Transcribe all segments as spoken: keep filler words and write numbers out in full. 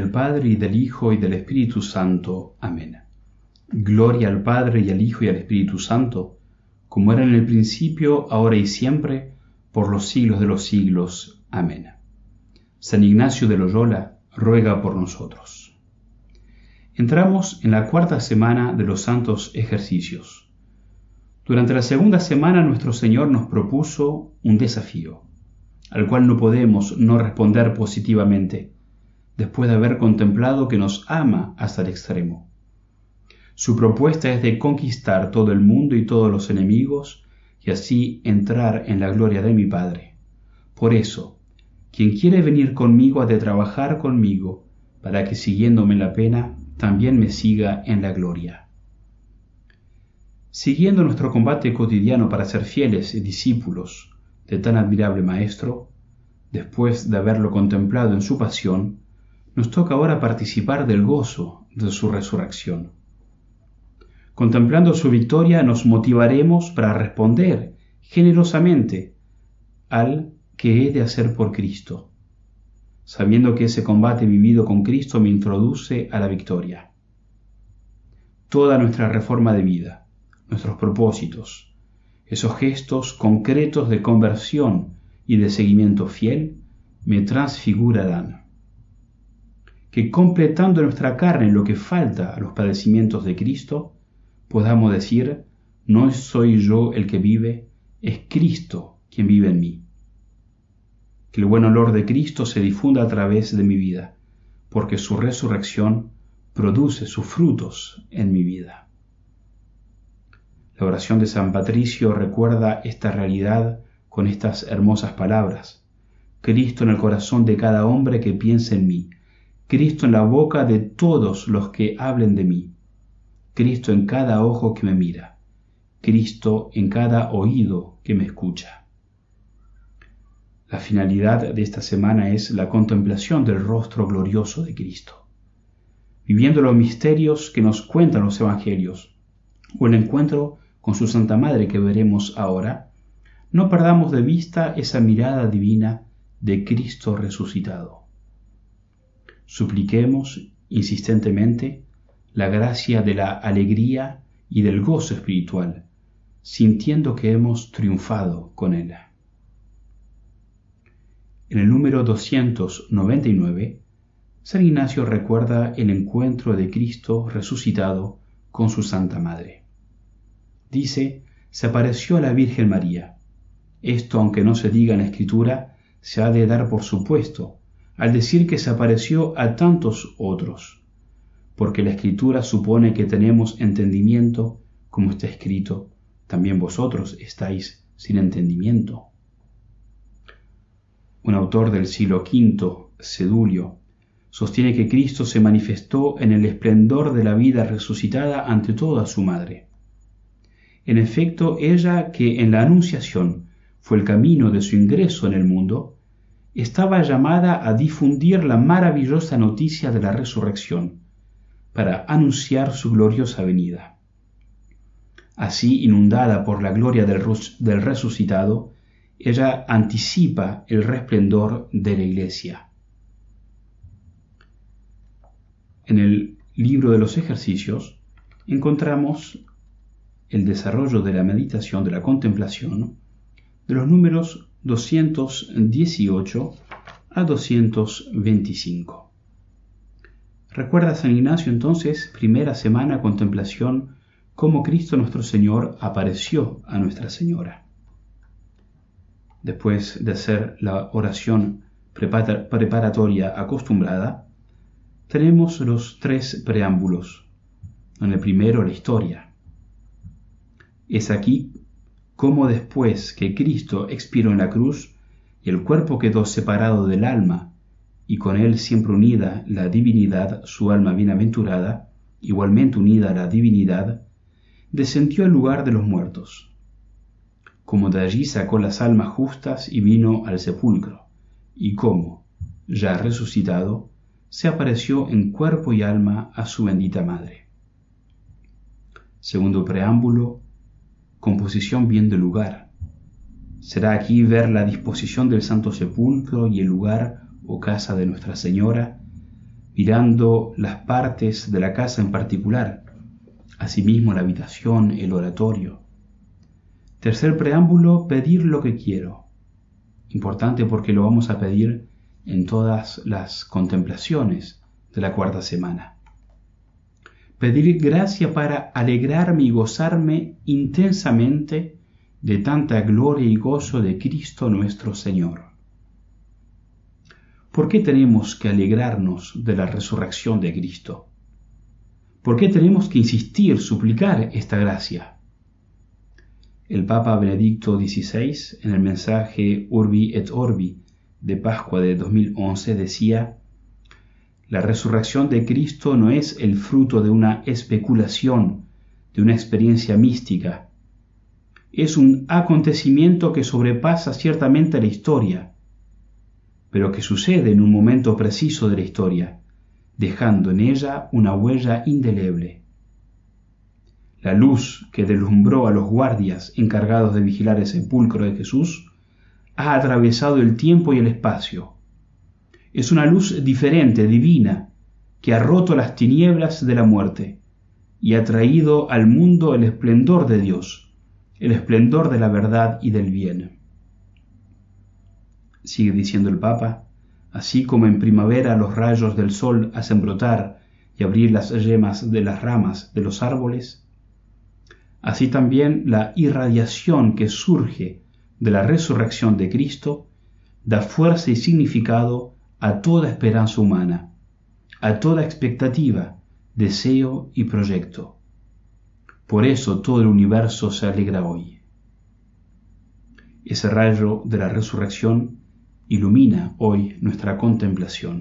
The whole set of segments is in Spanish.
del Padre, y del Hijo, y del Espíritu Santo. Amén. Gloria al Padre, y al Hijo, y al Espíritu Santo, como era en el principio, ahora y siempre, por los siglos de los siglos. Amén. San Ignacio de Loyola ruega por nosotros. Entramos en la cuarta semana de los santos ejercicios. Durante la segunda semana nuestro Señor nos propuso un desafío, al cual no podemos no responder positivamente, después de haber contemplado que nos ama hasta el extremo. Su propuesta es de conquistar todo el mundo y todos los enemigos, y así entrar en la gloria de mi Padre. Por eso, quien quiere venir conmigo ha de trabajar conmigo, para que siguiéndome la pena, también me siga en la gloria. Siguiendo nuestro combate cotidiano para ser fieles y discípulos de tan admirable Maestro, después de haberlo contemplado en su pasión, nos toca ahora participar del gozo de su resurrección. Contemplando su victoria nos motivaremos para responder generosamente al que he de hacer por Cristo, sabiendo que ese combate vivido con Cristo me introduce a la victoria. Toda nuestra reforma de vida, nuestros propósitos, esos gestos concretos de conversión y de seguimiento fiel, me transfigurarán. Que completando nuestra carne lo que falta a los padecimientos de Cristo, podamos decir, no soy yo el que vive, es Cristo quien vive en mí. Que el buen olor de Cristo se difunda a través de mi vida, porque su resurrección produce sus frutos en mi vida. La oración de San Patricio recuerda esta realidad con estas hermosas palabras: Cristo en el corazón de cada hombre que piensa en mí, Cristo en la boca de todos los que hablen de mí, Cristo en cada ojo que me mira, Cristo en cada oído que me escucha. La finalidad de esta semana es la contemplación del rostro glorioso de Cristo. Viviendo los misterios que nos cuentan los evangelios, o el encuentro con su Santa Madre que veremos ahora, no perdamos de vista esa mirada divina de Cristo resucitado. Supliquemos insistentemente la gracia de la alegría y del gozo espiritual, sintiendo que hemos triunfado con Él. En el número doscientos noventa y nueve, San Ignacio recuerda el encuentro de Cristo resucitado con su Santa Madre. Dice, se apareció a la Virgen María. Esto, aunque no se diga en la Escritura, se ha de dar por supuesto, al decir que se apareció a tantos otros, porque la Escritura supone que tenemos entendimiento, como está escrito, también vosotros estáis sin entendimiento. Un autor del siglo quinto, Sedulio, sostiene que Cristo se manifestó en el esplendor de la vida resucitada ante toda su madre. En efecto, ella, que en la Anunciación fue el camino de su ingreso en el mundo, estaba llamada a difundir la maravillosa noticia de la resurrección, para anunciar su gloriosa venida. Así, inundada por la gloria del, del resucitado, ella anticipa el resplendor de la Iglesia. En el libro de los ejercicios encontramos el desarrollo de la meditación, de la contemplación, de los números doscientos dieciocho a doscientos veinticinco. Recuerda San Ignacio entonces, primera semana, contemplación, cómo Cristo nuestro Señor apareció a Nuestra Señora. Después de hacer la oración preparatoria acostumbrada, tenemos los tres preámbulos. En el primero, la historia. Es aquí cómo después que Cristo expiró en la cruz, y el cuerpo quedó separado del alma, y con él siempre unida la divinidad, su alma bienaventurada, igualmente unida a la divinidad, descendió al lugar de los muertos. Como de allí sacó las almas justas y vino al sepulcro, y como, ya resucitado, se apareció en cuerpo y alma a su bendita Madre. Segundo preámbulo, composición bien del lugar. Será aquí ver la disposición del Santo Sepulcro y el lugar o casa de Nuestra Señora, mirando las partes de la casa en particular, asimismo la habitación, el oratorio. Tercer preámbulo, pedir lo que quiero. Importante porque lo vamos a pedir en todas las contemplaciones de la cuarta semana. Pedir gracia para alegrarme y gozarme intensamente de tanta gloria y gozo de Cristo nuestro Señor. ¿Por qué tenemos que alegrarnos de la resurrección de Cristo? ¿Por qué tenemos que insistir, suplicar esta gracia? El Papa Benedicto dieciséis, en el mensaje Urbi et Orbi de Pascua de dos mil once, decía: la resurrección de Cristo no es el fruto de una especulación, de una experiencia mística. Es un acontecimiento que sobrepasa ciertamente la historia, pero que sucede en un momento preciso de la historia, dejando en ella una huella indeleble. La luz que deslumbró a los guardias encargados de vigilar el sepulcro de Jesús ha atravesado el tiempo y el espacio. Es una luz diferente, divina, que ha roto las tinieblas de la muerte y ha traído al mundo el esplendor de Dios, el esplendor de la verdad y del bien. Sigue diciendo el Papa: así como en primavera los rayos del sol hacen brotar y abrir las yemas de las ramas de los árboles, así también la irradiación que surge de la resurrección de Cristo da fuerza y significado a toda esperanza humana, a toda expectativa, deseo y proyecto. Por eso todo el universo se alegra hoy. Ese rayo de la resurrección ilumina hoy nuestra contemplación.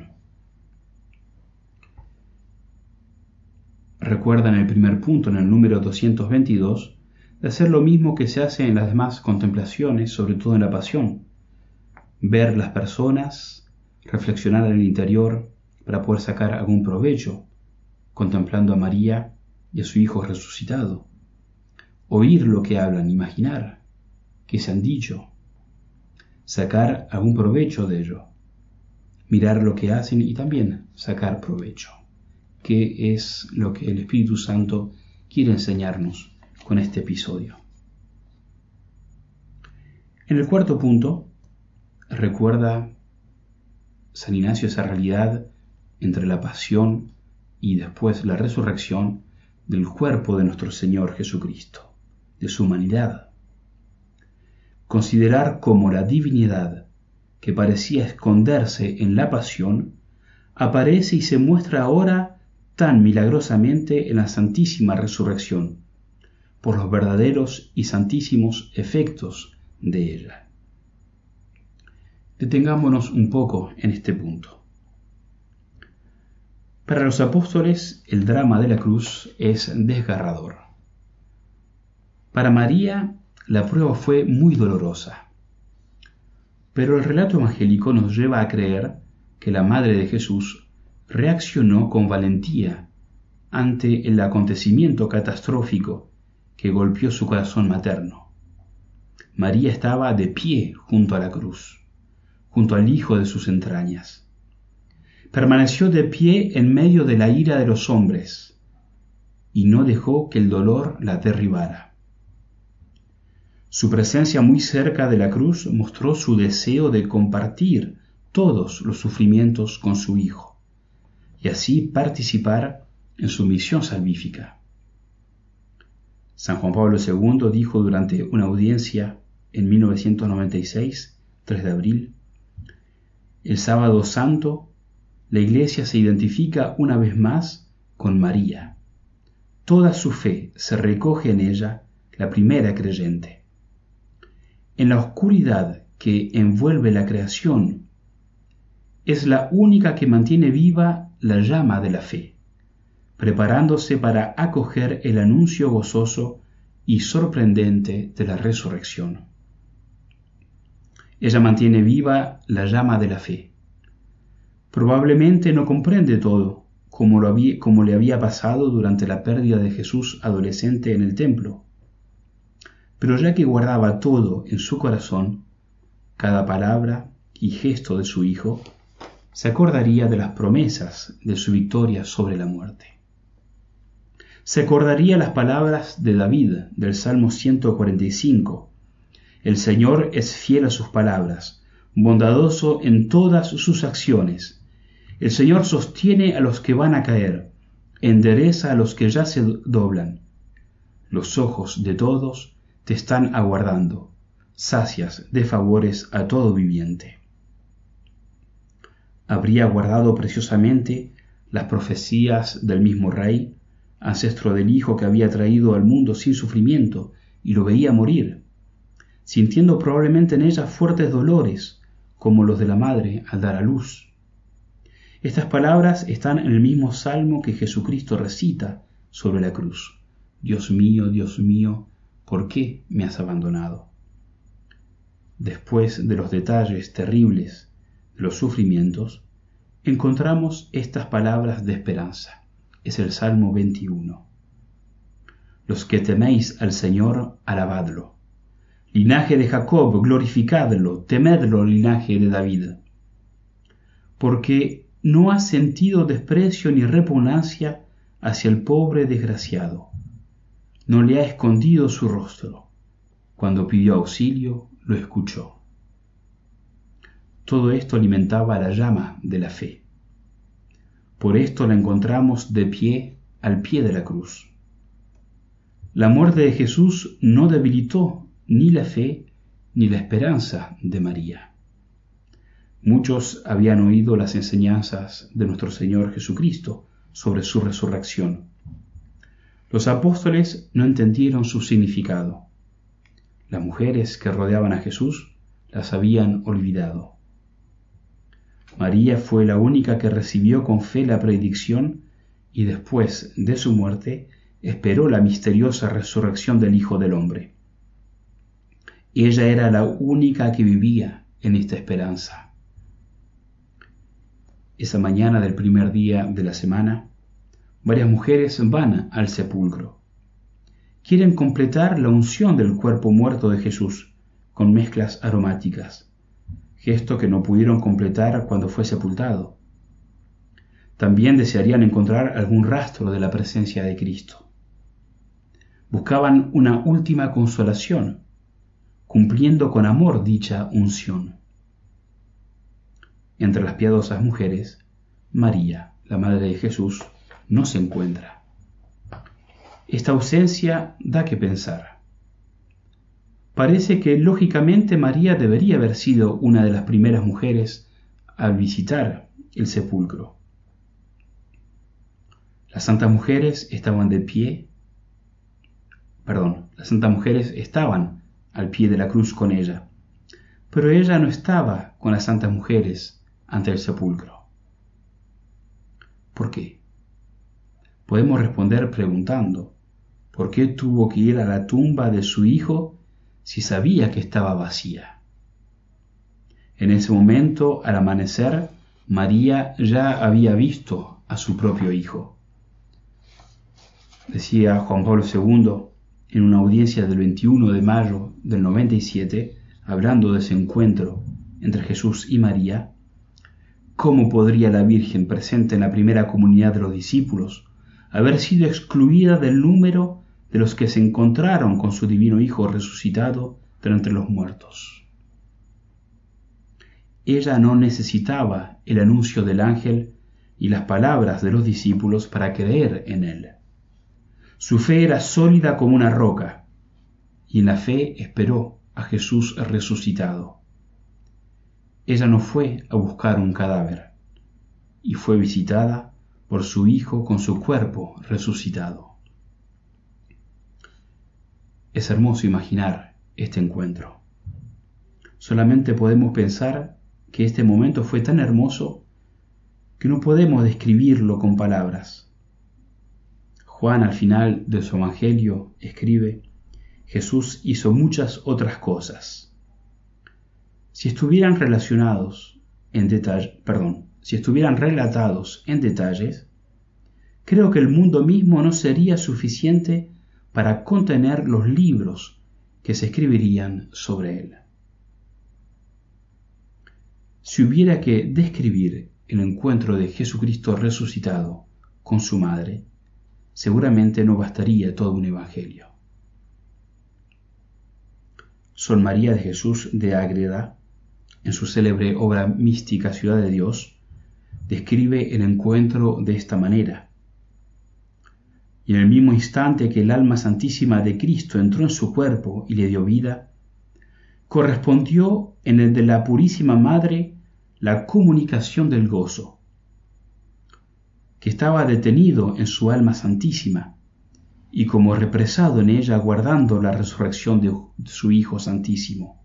Recuerda en el primer punto, en el número doscientos veintidós, de hacer lo mismo que se hace en las demás contemplaciones, sobre todo en la pasión. Ver las personas, reflexionar en el interior para poder sacar algún provecho, contemplando a María y a su Hijo resucitado. Oír lo que hablan, imaginar qué se han dicho, sacar algún provecho de ello. Mirar lo que hacen y también sacar provecho. ¿Qué es lo que el Espíritu Santo quiere enseñarnos con este episodio? En el cuarto punto, recuerda San Ignacio esa realidad entre la pasión y después la resurrección del cuerpo de nuestro Señor Jesucristo, de su humanidad. Considerar cómo la divinidad que parecía esconderse en la pasión aparece y se muestra ahora tan milagrosamente en la santísima resurrección, por los verdaderos y santísimos efectos de ella. Detengámonos un poco en este punto. Para los apóstoles, el drama de la cruz es desgarrador. Para María, la prueba fue muy dolorosa. Pero el relato evangélico nos lleva a creer que la Madre de Jesús reaccionó con valentía ante el acontecimiento catastrófico que golpeó su corazón materno. María estaba de pie junto a la cruz, junto al Hijo de sus entrañas. Permaneció de pie en medio de la ira de los hombres y no dejó que el dolor la derribara. Su presencia muy cerca de la cruz mostró su deseo de compartir todos los sufrimientos con su Hijo y así participar en su misión salvífica. San Juan Pablo segundo dijo durante una audiencia en mil novecientos noventa y seis, tres de abril: el sábado santo, la Iglesia se identifica una vez más con María. Toda su fe se recoge en ella, la primera creyente. En la oscuridad que envuelve la creación, es la única que mantiene viva la llama de la fe, preparándose para acoger el anuncio gozoso y sorprendente de la resurrección. Ella mantiene viva la llama de la fe. Probablemente no comprende todo, como, lo había, como le había pasado durante la pérdida de Jesús adolescente en el templo. Pero ya que guardaba todo en su corazón, cada palabra y gesto de su Hijo, se acordaría de las promesas de su victoria sobre la muerte. Se acordaría las palabras de David del Salmo ciento cuarenta y cinco. El Señor es fiel a sus palabras, bondadoso en todas sus acciones. El Señor sostiene a los que van a caer, endereza a los que ya se doblan. Los ojos de todos te están aguardando, sacias de favores a todo viviente. Habría guardado preciosamente las profecías del mismo rey, ancestro del hijo que había traído al mundo sin sufrimiento y lo veía morir, sintiendo probablemente en ellas fuertes dolores, como los de la madre al dar a luz. Estas palabras están en el mismo salmo que Jesucristo recita sobre la cruz. Dios mío, Dios mío, ¿por qué me has abandonado? Después de los detalles terribles de los sufrimientos, encontramos estas palabras de esperanza. Es el Salmo veintiuno. Los que teméis al Señor, alabadlo. Linaje de Jacob, glorificadlo, temedlo, linaje de David. Porque no ha sentido desprecio ni repugnancia hacia el pobre desgraciado. No le ha escondido su rostro. Cuando pidió auxilio, lo escuchó. Todo esto alimentaba la llama de la fe. Por esto la encontramos de pie al pie de la cruz. La muerte de Jesús no debilitó ni la fe ni la esperanza de María. Muchos habían oído las enseñanzas de nuestro Señor Jesucristo sobre su resurrección. Los apóstoles no entendieron su significado. Las mujeres que rodeaban a Jesús las habían olvidado. María fue la única que recibió con fe la predicción y después de su muerte esperó la misteriosa resurrección del Hijo del Hombre. Ella era la única que vivía en esta esperanza. Esa mañana del primer día de la semana, varias mujeres van al sepulcro. Quieren completar la unción del cuerpo muerto de Jesús con mezclas aromáticas, gesto que no pudieron completar cuando fue sepultado. También desearían encontrar algún rastro de la presencia de Cristo. Buscaban una última consolación, cumpliendo con amor dicha unción. Entre las piadosas mujeres, María, la Madre de Jesús, no se encuentra. Esta ausencia da que pensar. Parece que lógicamente María debería haber sido una de las primeras mujeres al visitar el sepulcro. Las santas mujeres estaban de pie, perdón, las santas mujeres estaban al pie de la cruz con ella, pero ella no estaba con las santas mujeres ante el sepulcro. ¿Por qué? Podemos responder preguntando, ¿por qué tuvo que ir a la tumba de su hijo si sabía que estaba vacía? En ese momento, al amanecer, María ya había visto a su propio hijo. Decía Juan Pablo segundo en una audiencia del veintiuno de mayo del noventa y siete, hablando de ese encuentro entre Jesús y María: ¿cómo podría la Virgen, presente en la primera comunidad de los discípulos, haber sido excluida del número de los que se encontraron con su divino Hijo resucitado de entre los muertos? Ella no necesitaba el anuncio del ángel y las palabras de los discípulos para creer en él. Su fe era sólida como una roca, y en la fe esperó a Jesús resucitado. Ella no fue a buscar un cadáver, y fue visitada por su Hijo con su cuerpo resucitado. Es hermoso imaginar este encuentro. Solamente podemos pensar que este momento fue tan hermoso que no podemos describirlo con palabras. Juan, al final de su Evangelio, escribe: Jesús hizo muchas otras cosas. Si estuvieran relacionados en detalle, perdón, si estuvieran relatados en detalles, creo que el mundo mismo no sería suficiente para contener los libros que se escribirían sobre él. Si hubiera que describir el encuentro de Jesucristo resucitado con su madre, seguramente no bastaría todo un evangelio. Sor María de Jesús de Ágreda, en su célebre obra mística Ciudad de Dios, describe el encuentro de esta manera. Y en el mismo instante que el alma santísima de Cristo entró en su cuerpo y le dio vida, correspondió en el de la Purísima Madre la comunicación del gozo, que estaba detenido en su alma santísima, y como represado en ella aguardando la resurrección de su Hijo Santísimo.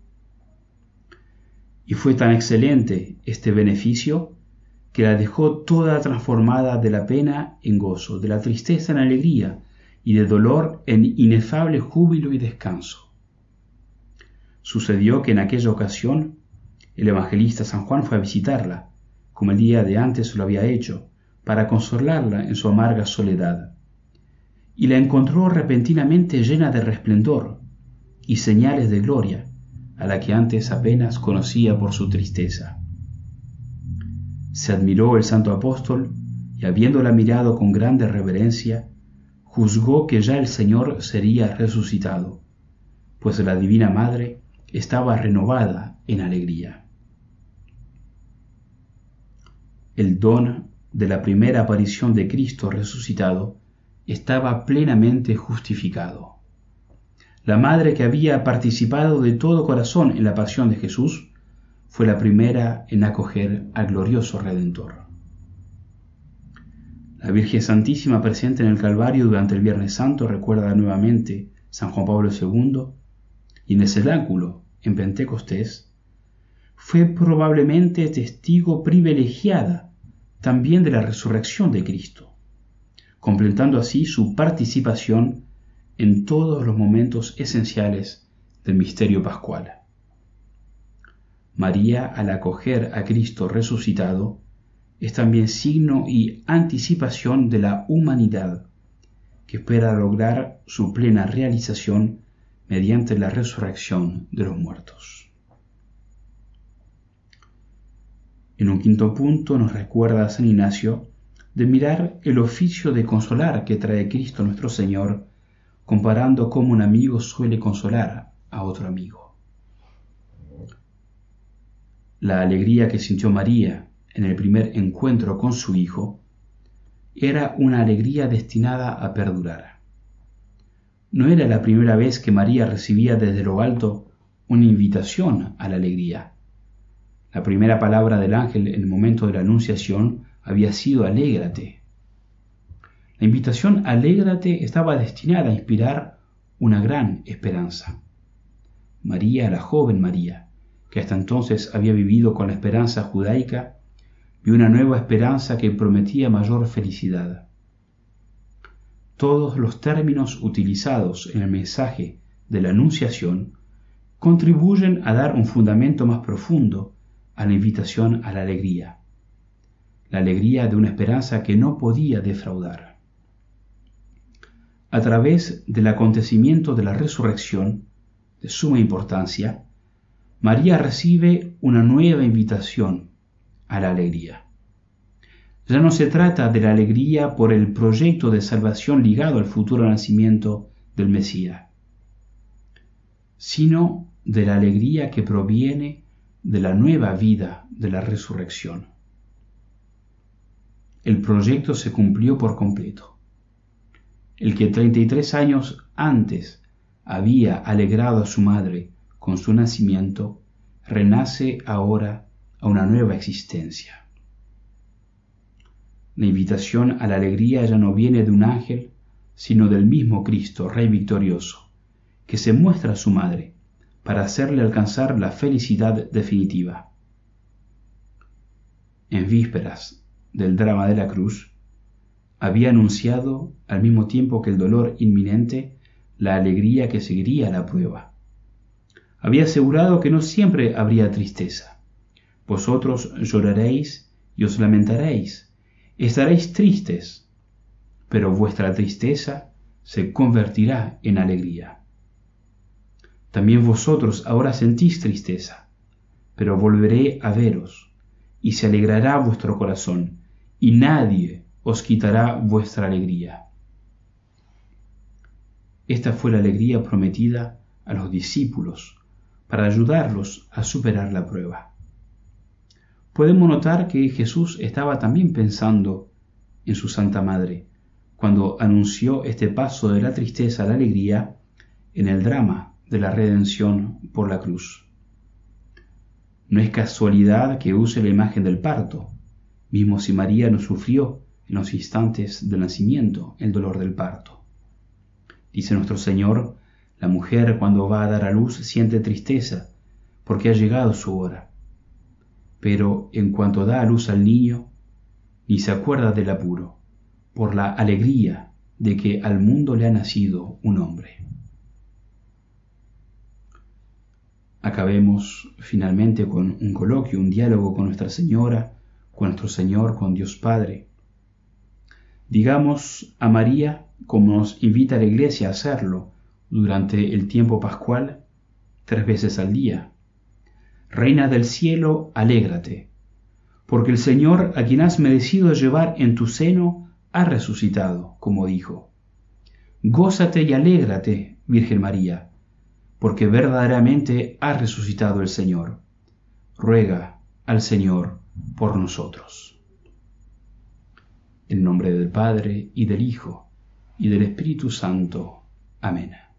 Y fue tan excelente este beneficio que la dejó toda transformada de la pena en gozo, de la tristeza en alegría y de dolor en inefable júbilo y descanso. Sucedió que en aquella ocasión el evangelista San Juan fue a visitarla, como el día de antes lo había hecho, para consolarla en su amarga soledad, y la encontró repentinamente llena de resplendor y señales de gloria, a la que antes apenas conocía por su tristeza. Se admiró el santo apóstol y, habiéndola mirado con grande reverencia, juzgó que ya el Señor sería resucitado, pues la Divina Madre estaba renovada en alegría. El don de la primera aparición de Cristo resucitado estaba plenamente justificado. La Madre, que había participado de todo corazón en la pasión de Jesús, fue la primera en acoger al glorioso Redentor. La Virgen Santísima presente en el Calvario durante el Viernes Santo, recuerda nuevamente San Juan Pablo segundo, y en el cenáculo, en Pentecostés, fue probablemente testigo privilegiada también de la resurrección de Cristo, completando así su participación en todos los momentos esenciales del misterio pascual. María, al acoger a Cristo resucitado, es también signo y anticipación de la humanidad, que espera lograr su plena realización mediante la resurrección de los muertos. En un quinto punto nos recuerda a San Ignacio de mirar el oficio de consolar que trae Cristo nuestro Señor, comparando cómo un amigo suele consolar a otro amigo. La alegría que sintió María en el primer encuentro con su Hijo era una alegría destinada a perdurar. No era la primera vez que María recibía desde lo alto una invitación a la alegría. La primera palabra del ángel en el momento de la anunciación había sido alégrate. La invitación alégrate estaba destinada a inspirar una gran esperanza. María, la joven María, que hasta entonces había vivido con la esperanza judaica, vio una nueva esperanza que prometía mayor felicidad. Todos los términos utilizados en el mensaje de la Anunciación contribuyen a dar un fundamento más profundo a la invitación a la alegría, la alegría de una esperanza que no podía defraudar. A través del acontecimiento de la resurrección, de suma importancia, María recibe una nueva invitación a la alegría. Ya no se trata de la alegría por el proyecto de salvación ligado al futuro nacimiento del Mesías, sino de la alegría que proviene de la nueva vida de la resurrección. El proyecto se cumplió por completo. El que treinta y tres años antes había alegrado a su madre con su nacimiento, renace ahora a una nueva existencia. La invitación a la alegría ya no viene de un ángel, sino del mismo Cristo, Rey victorioso, que se muestra a su madre para hacerle alcanzar la felicidad definitiva. En vísperas del drama de la cruz, había anunciado, al mismo tiempo que el dolor inminente, la alegría que seguiría la prueba. Había asegurado que no siempre habría tristeza. Vosotros lloraréis y os lamentaréis, estaréis tristes, pero vuestra tristeza se convertirá en alegría. También vosotros ahora sentís tristeza, pero volveré a veros, y se alegrará vuestro corazón, y nadie os quitará vuestra alegría. Esta fue la alegría prometida a los discípulos para ayudarlos a superar la prueba. Podemos notar que Jesús estaba también pensando en su Santa Madre cuando anunció este paso de la tristeza a la alegría en el drama de la redención por la cruz. No es casualidad que use la imagen del parto, mismo si María no sufrió en los instantes del nacimiento el dolor del parto. Dice nuestro Señor, la mujer cuando va a dar a luz siente tristeza porque ha llegado su hora, pero en cuanto da a luz al niño, ni se acuerda del apuro, por la alegría de que al mundo le ha nacido un hombre. Acabemos finalmente con un coloquio, un diálogo con Nuestra Señora, con nuestro Señor, con Dios Padre. Digamos a María, como nos invita la Iglesia a hacerlo durante el tiempo pascual, tres veces al día: Reina del cielo, alégrate, porque el Señor, a quien has merecido llevar en tu seno, ha resucitado, como dijo. Gózate y alégrate, Virgen María, porque verdaderamente ha resucitado el Señor. Ruega al Señor por nosotros. En nombre del Padre, y del Hijo, y del Espíritu Santo. Amén.